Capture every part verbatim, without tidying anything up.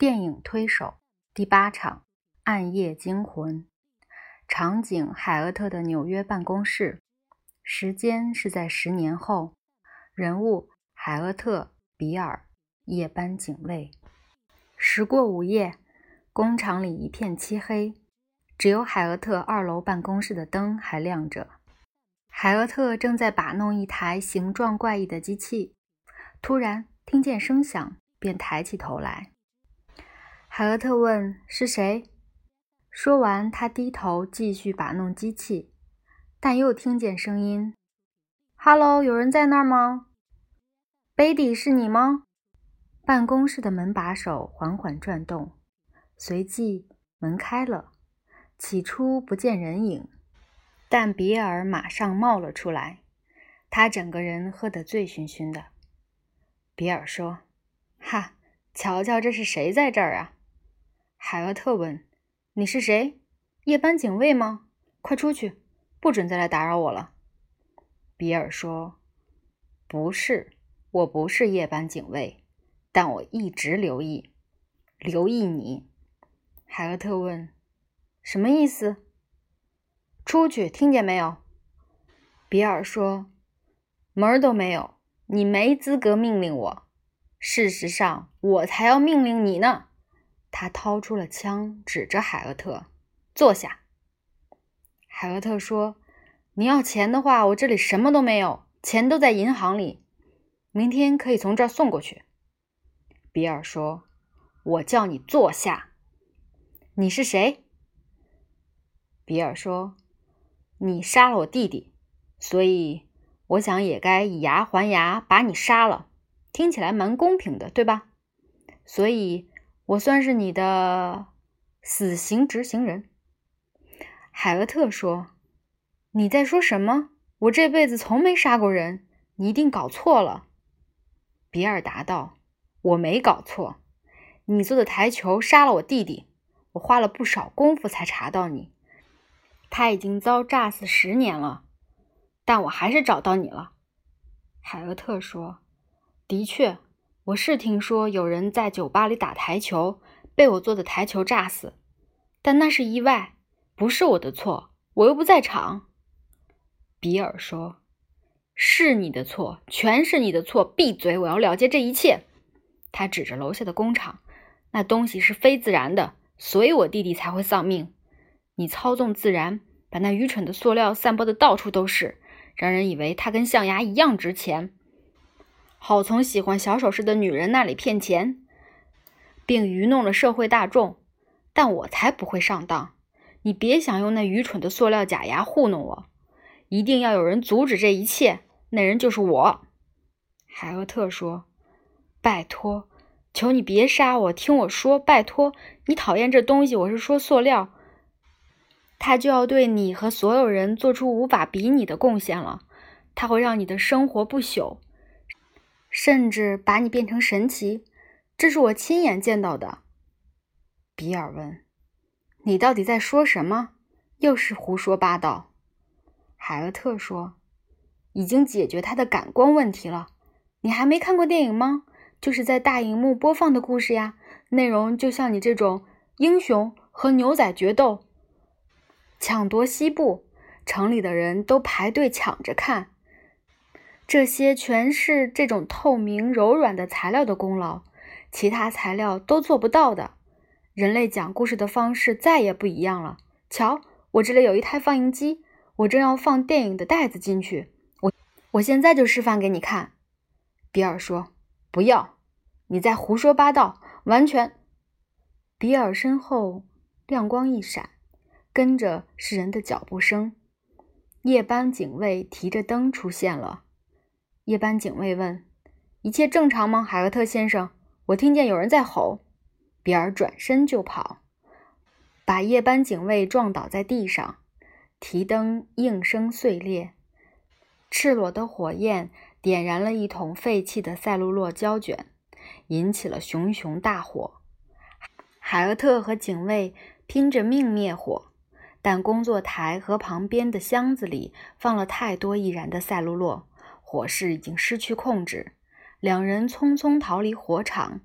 电影推手第八场，暗夜惊魂。场景海厄特的纽约办公室，时间是在十年后，人物海厄特、比尔，夜班警卫。时过午夜，工厂里一片漆黑，只有海厄特二楼办公室的灯还亮着。海厄特正在把弄一台形状怪异的机器，突然听见声响，便抬起头来。海厄特问：“是谁？”说完，他低头继续把弄机器，但又听见声音：“哈喽，有人在那儿吗？贝蒂，是你吗？”办公室的门把手缓缓转动，随即门开了。起初不见人影，但比尔马上冒了出来，他整个人喝得醉醺醺的。比尔说：“哈，瞧瞧这是谁在这儿啊？”海厄特问：“你是谁？夜班警卫吗？快出去，不准再来打扰我了。”比尔说：“不是，我不是夜班警卫，但我一直留意，留意你。”海厄特问：“什么意思？”“出去，听见没有？”比尔说：“门儿都没有，你没资格命令我。事实上，我才要命令你呢。”他掏出了枪，指着海厄特：“坐下。”海厄特说：“你要钱的话，我这里什么都没有，钱都在银行里，明天可以从这儿送过去。”比尔说：“我叫你坐下。”“你是谁？”比尔说：“你杀了我弟弟，所以我想也该以牙还牙，把你杀了。听起来蛮公平的，对吧？所以我算是你的死刑执行人。”海厄特说：“你在说什么？我这辈子从没杀过人，你一定搞错了。”比尔答道：“我没搞错，你做的台球杀了我弟弟，我花了不少功夫才查到你。他已经遭炸死十年了，但我还是找到你了。”海厄特说：“的确，我是听说有人在酒吧里打台球，被我做的台球炸死，但那是意外，不是我的错，我又不在场。”比尔说：“是你的错，全是你的错，闭嘴，我要了结这一切。”他指着楼下的工厂，那东西是非自然的，所以我弟弟才会丧命。你操纵自然，把那愚蠢的塑料散播的到处都是，让人以为它跟象牙一样值钱，好从喜欢小首饰的女人那里骗钱，并愚弄了社会大众。但我才不会上当，你别想用那愚蠢的塑料假牙糊弄我，一定要有人阻止这一切，那人就是我。海厄特说：“拜托，求你别杀我，听我说，拜托，你讨厌这东西，我是说塑料，它就要对你和所有人做出无法比拟的贡献了，它会让你的生活不朽，甚至把你变成神奇，这是我亲眼见到的。”比尔问：“你到底在说什么？又是胡说八道。”海厄特说：“已经解决他的感官问题了。你还没看过电影吗？就是在大荧幕播放的故事呀，内容就像你这种英雄和牛仔决斗，抢夺西部，城里的人都排队抢着看。这些全是这种透明柔软的材料的功劳，其他材料都做不到的。人类讲故事的方式再也不一样了。瞧，我这里有一台放映机，我正要放电影的带子进去，我我现在就示范给你看。”比尔说：“不要，你在胡说八道，完全……”比尔身后亮光一闪，跟着是人的脚步声。夜班警卫提着灯出现了。夜班警卫问：“一切正常吗，海厄特先生？我听见有人在吼。”比尔转身就跑，把夜班警卫撞倒在地上，提灯应声碎裂，赤裸的火焰点燃了一桶废弃的赛璐珞胶卷，引起了熊熊大火。海厄特和警卫拼着命灭火，但工作台和旁边的箱子里放了太多易燃的赛璐珞，火势已经失去控制。两人匆匆逃离火场，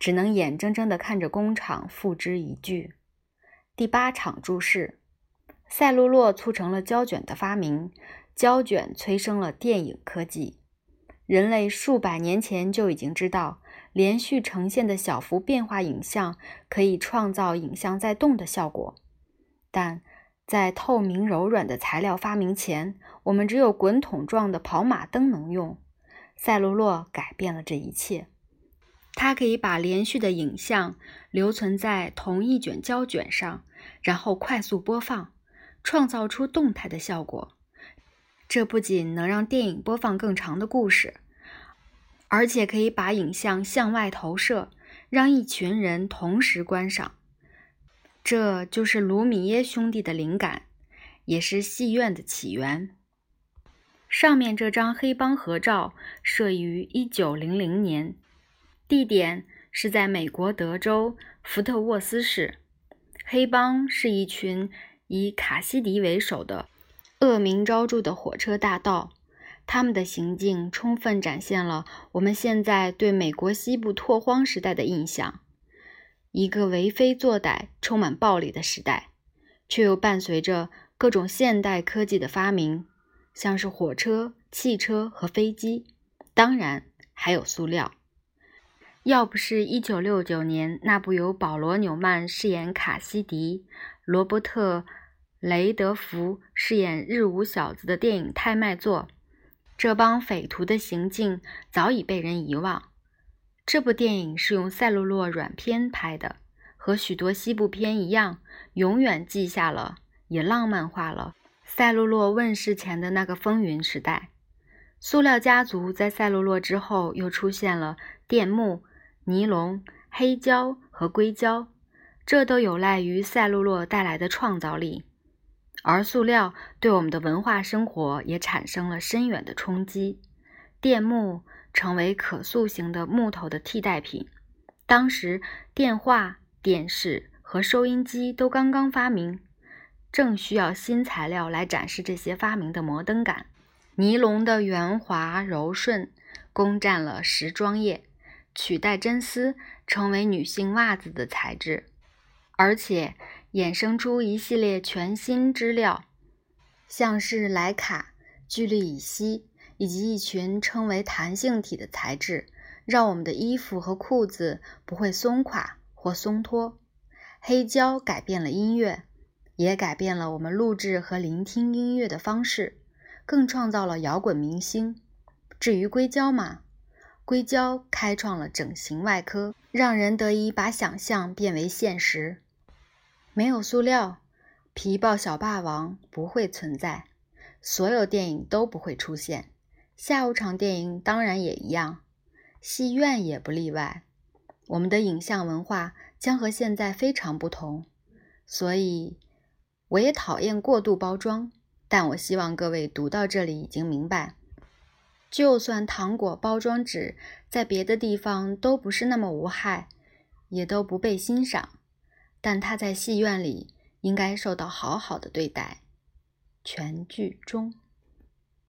只能眼睁睁地看着工厂付之一炬。第八场注释：赛璐珞促成了胶卷的发明，胶卷催生了电影科技。人类数百年前就已经知道，连续呈现的小幅变化影像可以创造影像在动的效果。但在透明柔软的材料发明前，我们只有滚筒状的跑马灯能用。赛璐珞改变了这一切，它可以把连续的影像留存在同一卷胶卷上，然后快速播放，创造出动态的效果。这不仅能让电影播放更长的故事，而且可以把影像向外投射，让一群人同时观赏。这就是卢米耶兄弟的灵感，也是戏院的起源。上面这张黑帮合照摄于一九零零年，地点是在美国德州福特沃斯市。黑帮是一群以卡西迪为首的恶名昭著的火车大盗，他们的行径充分展现了我们现在对美国西部拓荒时代的印象，一个为非作歹、充满暴力的时代，却又伴随着各种现代科技的发明，像是火车、汽车和飞机，当然还有塑料。要不是一九六九年那部由保罗·纽曼饰演卡西迪，罗伯特·雷德福饰演日舞小子的电影太卖座，这帮匪徒的行径早已被人遗忘。这部电影是用赛璐珞软片拍的，和许多西部片一样，永远记下了，也浪漫化了赛璐珞问世前的那个风云时代。塑料家族在赛璐珞之后又出现了电木、尼龙、黑胶和硅胶，这都有赖于赛璐珞带来的创造力。而塑料对我们的文化生活也产生了深远的冲击。电木成为可塑型的木头的替代品，当时电话、电视和收音机都刚刚发明，正需要新材料来展示这些发明的摩登感。尼龙的圆滑柔顺攻占了时装业，取代真丝成为女性袜子的材质，而且衍生出一系列全新织料，像是莱卡、聚氯乙烯以及一群称为弹性体的材质，让我们的衣服和裤子不会松垮或松脱。黑胶改变了音乐，也改变了我们录制和聆听音乐的方式，更创造了摇滚明星。至于硅胶嘛，硅胶开创了整形外科，让人得以把想象变为现实。没有塑料，皮豹小霸王不会存在，所有电影都不会出现，下午场电影当然也一样，戏院也不例外。我们的影像文化将和现在非常不同，所以我也讨厌过度包装，但我希望各位读到这里已经明白，就算糖果包装纸在别的地方都不是那么无害，也都不被欣赏，但它在戏院里应该受到好好的对待。全剧终。